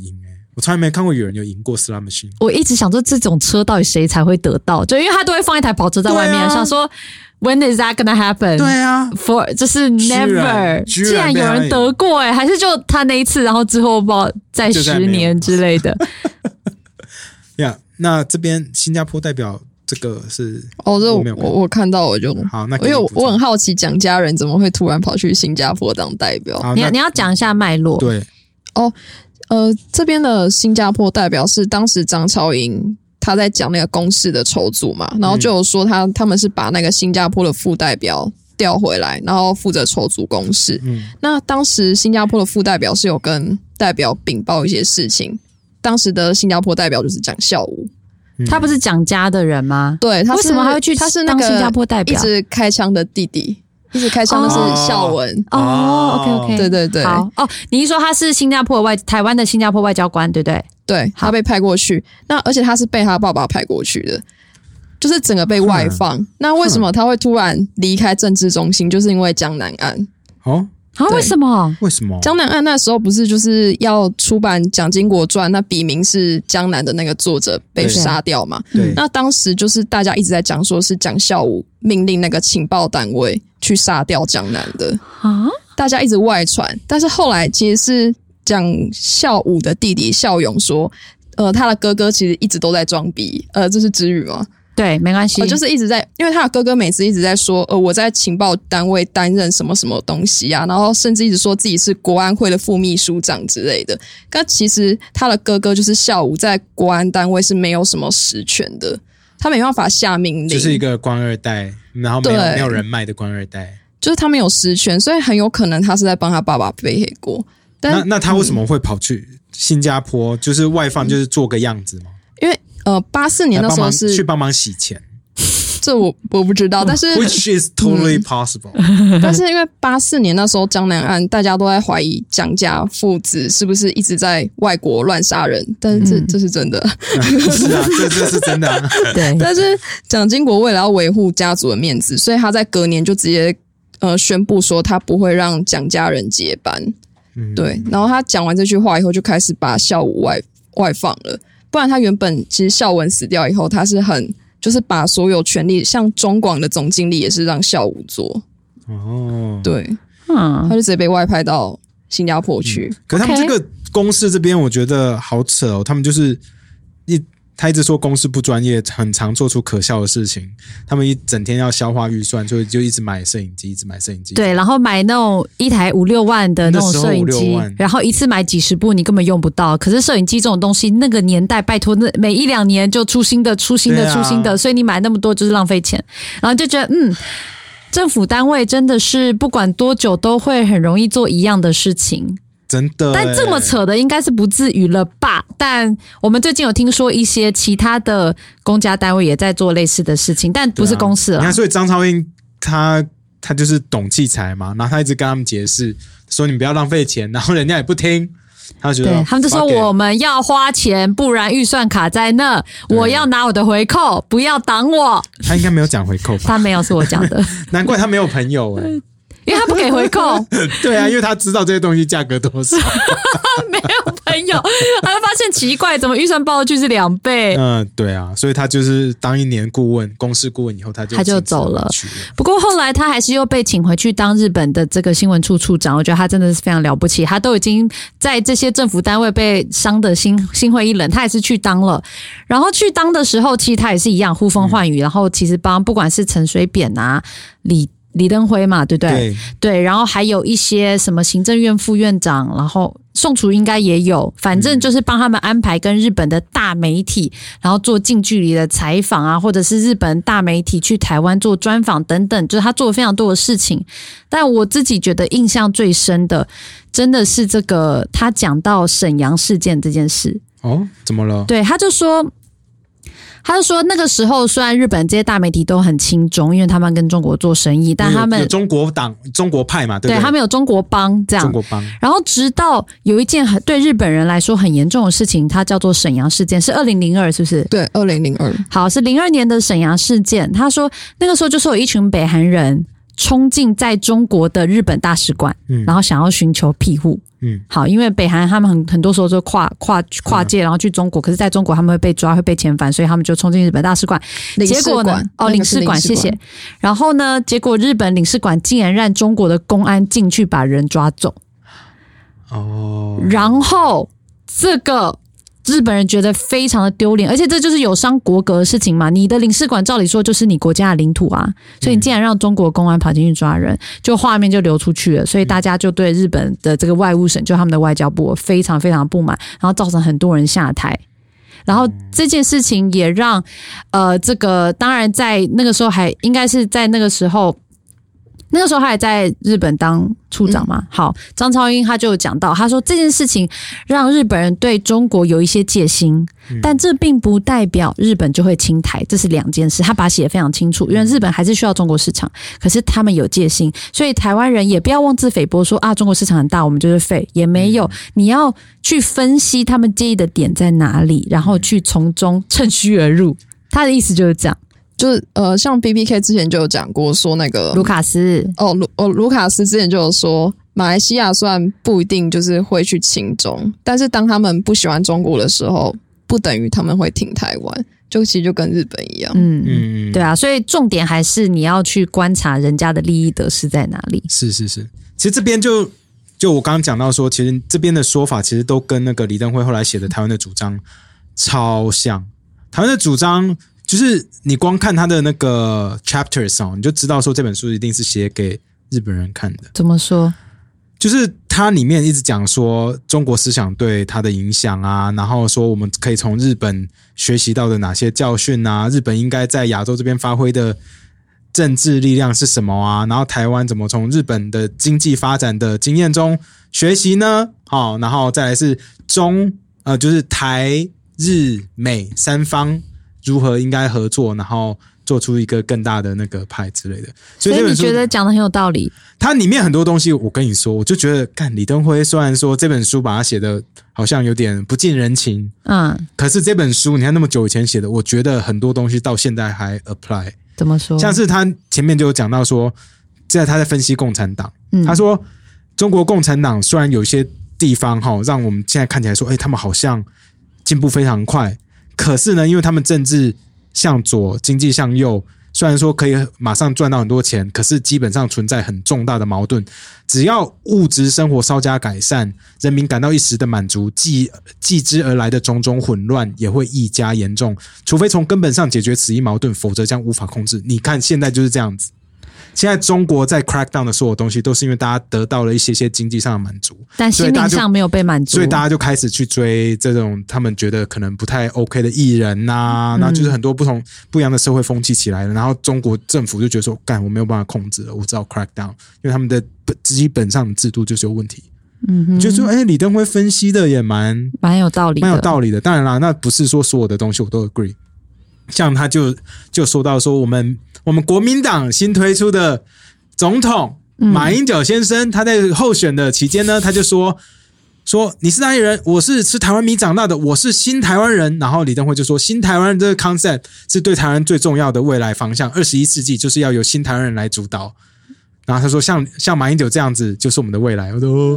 我从来没看过有人有赢过 Slot Machine。 我一直想说这种车到底谁才会得到？就因为他都会放一台跑车在外面，想说 When is that gonna happen？ 对啊 ，for 就是 never， 竟然有人得过还是就他那一次，然后之后不知道再10年之类的。 呀，那这边新加坡代表这个是这我看到我就好，那因为我很好奇蒋家人怎么会突然跑去新加坡当代表。 你要讲一下脉络。 对， 这边的新加坡代表是当时张超英他在讲那个公视的筹组嘛，然后就有说他们是把那个新加坡的副代表调回来，然后负责筹组公视。那当时新加坡的副代表是有跟代表禀报一些事情，当时的新加坡代表就是蒋孝武。 他不是蒋家的人吗？ 对， 为什么还会去当新加坡代表？ 一直开枪的弟弟。一直开枪的是孝文 OK， 对对对， 好你是说他是台湾的新加坡外交官，对不对？ 对，他被派过去，那而且他是被他爸爸派过去的，就是整个被外放。那为什么他会突然离开政治中心？就是因为江南案。 为什么？ 江南案那时候不是就是要出版《蒋经国传》，那笔名是江南的那个作者被杀掉嘛？ 对。 那当时就是大家一直在讲说是蒋孝武命令那个情报单位去杀掉江南的大家一直外传，但是后来其实是蒋孝武的弟弟孝勇说，他的哥哥其实一直都在装逼，这是支语吗？ 对，没关系， 就是一直在，因为他的哥哥每次一直在说，我在情报单位担任什么什么东西啊，然后甚至一直说自己是国安会的副秘书长之类的。但其实他的哥哥就是孝武，在国安单位是没有什么实权的，他没办法下命令， 就是一个官二代，然后没有人脉的官二代， 就是他没有实权，所以很有可能他是在帮他爸爸背黑锅。 那他为什么会跑去新加坡？就是外放，就是做个样子吗？ 因为84年那时候是去帮忙洗钱， 这我不知道，但是 which is totally possible。 但是因为84年那时候江南案，大家都在怀疑蒋家父子是不是一直在外国乱杀人，但是这是真的。 是啊，这是真的啊。 对， 但是蒋经国为了要维护家族的面子，所以他在隔年就直接宣布说他不会让蒋家人接班。对，然后他讲完这句话以后，就开始把孝武外放了。不然他原本其实孝文死掉以后，他是就是把所有权力，像中广的总经理也是让孝武做。对，他就直接被外派到新加坡去。 可是他们这个公司这边，我觉得好扯哦，他们就是他一直说公司不专业，很常做出可笑的事情。他们一整天要消化预算，所以就一直买摄影机，一直买摄影机。 对，然后买那种一台5-6万的那种摄影机，然后一次买几十部，你根本用不到。可是摄影机这种东西，那个年代拜托，那每1-2年就出新的，所以你买那么多就是浪费钱。然后就觉得政府单位真的是不管多久都会很容易做一样的事情。 真的， 但这么扯的应该是不至于了吧？但我们最近有听说一些其他的公家单位也在做类似的事情，但不是公司了。 你看，所以张超英他就是懂器材嘛，然后他一直跟他们解释说你不要浪费钱，然后人家也不听，他觉得对他们就说我们要花钱，不然预算卡在那，我要拿我的回扣，不要挡我。 他应该没有讲回扣吧？ 他没有，是我讲的。 难怪他没有朋友因为他不给回扣。 对啊，因为他知道这些东西价格多少。 没有朋友，他会发现奇怪，怎么预算报去是2倍？ 对啊，所以他就是当1年顾问，公司顾问以后，他就走了。 不过后来他还是又被请回去当日本的这个新闻处处长，我觉得他真的是非常了不起。他都已经在这些政府单位被伤得心灰意冷，他也是去当了。然后去当的时候，其实他也是一样呼风唤雨，然后其实帮不管是陈水扁啊、李登辉嘛，对不对？对，然后还有一些什么行政院副院长，然后宋楚应该也有，反正就是帮他们安排跟日本的大媒体，然后做近距离的采访啊，或者是日本大媒体去台湾做专访等等，就是他做了非常多的事情。但我自己觉得印象最深的，真的是这个他讲到沈阳事件这件事。 怎么了？ 对，他就说那个时候虽然日本这些大媒体都很亲中，因为他们跟中国做生意，但他们有中国党、中国派嘛，对不对？ 对，他们有中国帮这样。 中国帮。 然后直到有一件对日本人来说很严重的事情，它叫做沈阳事件，是2002，是不是？ 对，2002。 好，是02年的沈阳事件。他说那个时候就是有一群北韩人冲进在中国的日本大使馆，然后想要寻求庇护。 好，因为北韩他们很多时候就跨界，然后去中国，可是在中国他们会被抓，会被遣返，所以他们就冲进日本大使馆。结果呢？领事馆，谢谢。然后呢？结果日本领事馆竟然让中国的公安进去把人抓走。然后这个日本人觉得非常的丢脸，而且这就是有伤国格的事情嘛。你的领事馆照理说就是你国家的领土啊，所以你竟然让中国公安跑进去抓人，就画面就流出去了，所以大家就对日本的这个外务省，就他们的外交部非常非常不满，然后造成很多人下台。然后这件事情也让这个当然在那个时候还应该是在那个时候他还在日本当处长嘛。好，张超英他就有讲到，他说这件事情让日本人对中国有一些戒心，但这并不代表日本就会亲台，这是两件事。他把它写得非常清楚，因为日本还是需要中国市场，可是他们有戒心，所以台湾人也不要妄自菲薄说中国市场很大，我们就是废，也没有。你要去分析他们介意的点在哪里，然后去从中趁虚而入。他的意思就是这样。 就是像 BBK 之前就有讲过，说那个卢卡斯卢卡斯之前就有说，马来西亚虽然不一定就是会去亲中，但是当他们不喜欢中国的时候，不等于他们会挺台湾，就其实就跟日本一样。 对啊，所以重点还是你要去观察人家的利益得失在哪里。 是，其实这边就我刚刚讲到说，其实这边的说法其实都跟那个李登辉后来写的台湾的主张超像。台湾的主张就是你光看他的那个 chapters 你就知道说这本书一定是写给日本人看的。 怎么说？ 就是它里面一直讲说中国思想对它的影响啊，然后说我们可以从日本学习到的哪些教训啊，日本应该在亚洲这边发挥的政治力量是什么啊，然后台湾怎么从日本的经济发展的经验中学习呢？然后再来是就是台日美三方如何应该合作，然后做出一个更大的那个派之类的。 所以你觉得讲的很有道理？ 它里面很多东西，我跟你说，我就觉得，李登辉虽然说这本书把它写的好像有点不近人情，可是这本书你看那么久以前写的，我觉得很多东西到现在还 apply。 怎么说？ 像是他前面就有讲到说，他在分析共产党，他说中国共产党虽然有些地方让我们现在看起来说，他们好像进步非常快。可是呢，因为他们政治向左，经济向右，虽然说可以马上赚到很多钱，可是基本上存在很重大的矛盾。只要物质生活稍加改善，人民感到一时的满足，继之而来的种种混乱也会愈加严重。除非从根本上解决此一矛盾，否则将无法控制。你看现在就是这样子。现在中国在 crack down 的所有东西都是因为大家得到了一些经济上的满足， 但心灵上没有被满足， 所以大家就开始去追这种他们觉得可能不太 OK 的艺人然后就是很多不一样的社会风气起来了，然后中国政府就觉得说我没有办法控制了，我只好 crack down， 因为他们的基本上的制度就是有问题。就说李登辉分析的也蛮有道理的。当然啦，那不是说所有的东西我都 agree。像他就说到说我们国民党新推出的总统马英九先生，他在候选的期间呢，他就说你是哪里人？我是吃台湾米长大的，我是新台湾人。然后李登辉就说新台湾人这个 concept 是对台湾最重要的未来方向，21世纪就是要由新台湾人来主导。然后他说像马英九这样子就是我们的未来。我说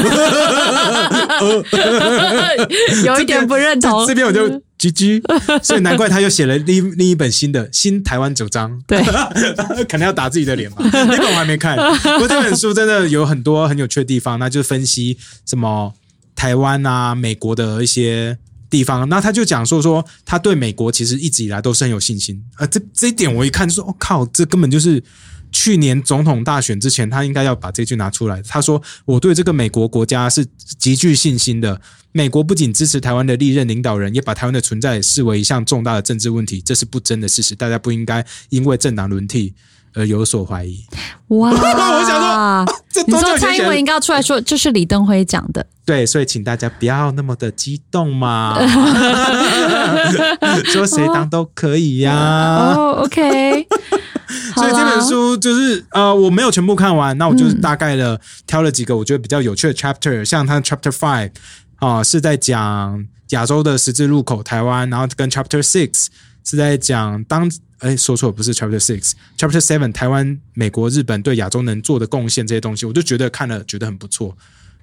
有一点不认同。 这边我就GG， 所以难怪他又写了另一本新台湾9章。 对， 可能要打自己的脸吧。那本我还没看，不过这本书真的有很多很有趣的地方，那就是分析什么台湾啊、美国的一些地方。那他就讲说他对美国其实一直以来都是很有信心。这一点我一看就说靠，这根本就是去年总统大选之前他应该要把这句拿出来。他说我对这个美国国家是极具信心的，美国不仅支持台湾的历任领导人，也把台湾的存在视为一项重大的政治问题，这是不争的事实，大家不应该因为政党轮替而有所怀疑。 哇我想说你说蔡英文应该要出来说这是李登辉讲的。 对，所以请大家不要那么的激动嘛。说谁当都可以呀。 OK。 所以这本书就是我没有全部看完，那我就是大概的挑了几个我觉得比较有趣的 chapter， 像它 chapter 5是在讲亚洲的十字路口台湾，然后跟 chapter 6是在讲说错，不是 chapter 6 chapter 7台湾美国日本对亚洲能做的贡献这些东西，我就觉得看了觉得很不错。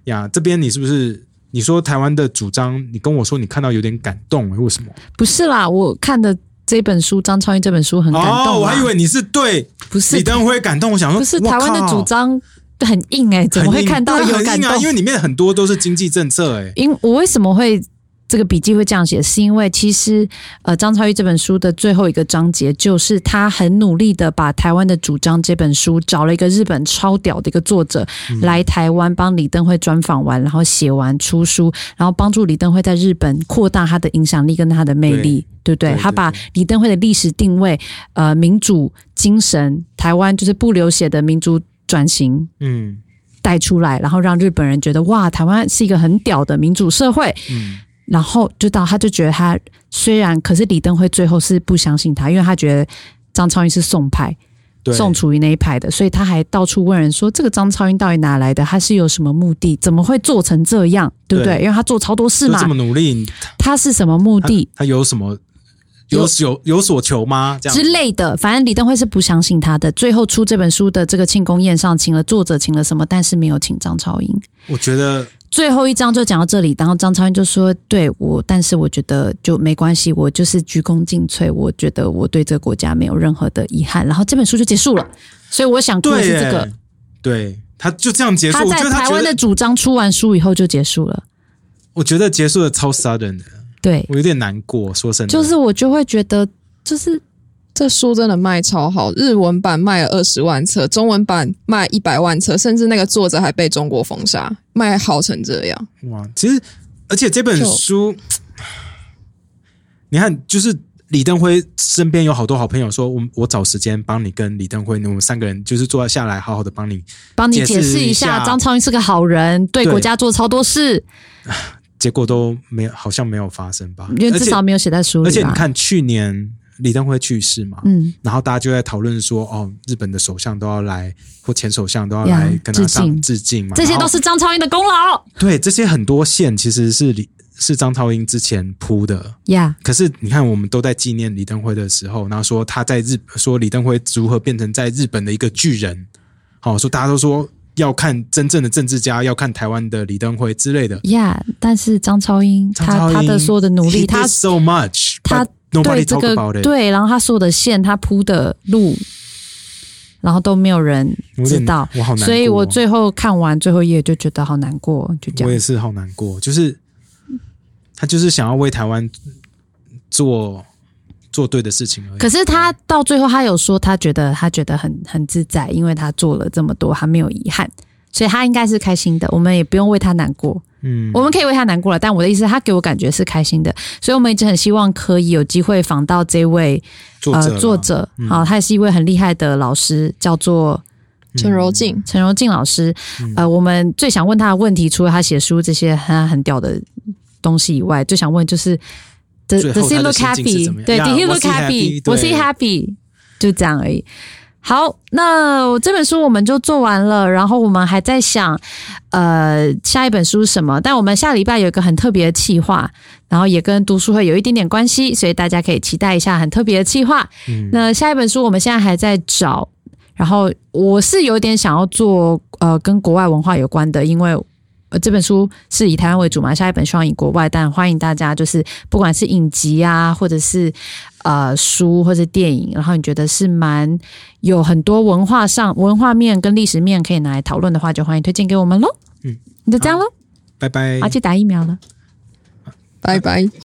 呀，这边你是不是你说台湾的主张？你跟我说你看到有点感动，为什么？ 不是啦，我看的这本书张超英这本书很感动。 我还以为你是对不是李登辉感动，我想说不是台湾的主张很硬怎么会看到有感动？ 因为里面很多都是经济政策我为什么会？这个笔记会这样写，是因为其实张超英这本书的最后一个章节，就是他很努力的把台湾的主张这本书找了一个日本超屌的一个作者来台湾帮李登辉专访完，然后写完出书，然后帮助李登辉在日本扩大他的影响力跟他的魅力， 对不对？他把李登辉的历史定位民主精神，台湾就是不流血的民主转型带出来，然后让日本人觉得哇，台湾是一个很屌的民主社会。然后他就觉得他虽然，可是李登辉最后是不相信他，因为他觉得张超英是宋派，宋楚瑜那一派的，所以他还到处问人说这个张超英到底哪来的，他是有什么目的，怎么会做成这样，对不对？因为他做超多事嘛， 这么努力， 他是什么目的？ 他有什么有所求吗？这样之类的，反正李登辉是不相信他的。最后出这本书的这个庆功宴上，请了作者，请了什么，但是没有请张超英。 我觉得最后一章就讲到这里，然后张超英就说：“对我，但是我觉得就没关系，我就是鞠躬尽瘁。我觉得我对这个国家没有任何的遗憾。”然后这本书就结束了。所以我想说的是这个， 对，他就这样结束。 他在台湾的主张出完书以后就结束了。 我觉得结束的超 sudden 的， 对我有点难过。说真的， 就是我就会觉得，就是这书真的卖超好，日文版卖了20万册，中文版卖100万册，甚至那个作者还被中国封杀，卖好成这样。 哇，其实而且这本书，你看，就是李登辉身边有好多好朋友说，我找时间帮你跟李登辉，我们3个人就是坐下来，好好的帮你解释一下，张超英是个好人，对国家做超多事。 结果都没有，好像没有发生吧？ 因为至少没有写在书里。 而且你看，去年李登辉去世嘛，然后大家就在讨论说，日本的首相都要来，或前首相都要来跟他致敬嘛， 这些都是张超英的功劳。 对，这些很多线其实是张超英之前铺的可是你看，我们都在纪念李登辉的时候，然后说他在说李登辉如何变成在日本的一个巨人，说大家都说要看真正的政治家，要看台湾的李登辉之类的。 但是张超英他的所有的努力，他 so much， 他对这个对，然后他所有的线，他铺的路，然后都没有人知道， 我好难过。 所以我最后看完最后一页就觉得好难过，就这样。 我也是好难过，就是他就是想要为台湾做对的事情而已。 可是他到最后他有说他觉得很自在，因为他做了这么多，他没有遗憾，所以他应该是开心的，我们也不用为他难过。我们可以为他难过了，但我的意思他给我感觉是开心的，所以我们一直很希望可以有机会访到这位作者好，他也是一位很厉害的老师，叫做陈柔静老师。我们最想问他的问题，除了他写书这些很屌的东西以外，最想问就是 Does he look happy？ 对 ，Did he look happy？Was he happy？ 就这样而已。好，那这本书我们就做完了，然后我们还在想下一本书是什么，但我们下礼拜有一个很特别的企划，然后也跟读书会有一点点关系，所以大家可以期待一下很特别的企划。那下一本书我们现在还在找，然后我是有点想要做跟国外文化有关的，因为这本书是以台湾为主嘛，下一本希望以国外，但欢迎大家就是不管是影集啊，或者是书或者电影，然后你觉得是蛮有很多文化面跟历史面可以拿来讨论的话，就欢迎推荐给我们咯。就这样咯， 拜拜， 要去打疫苗了， 拜拜。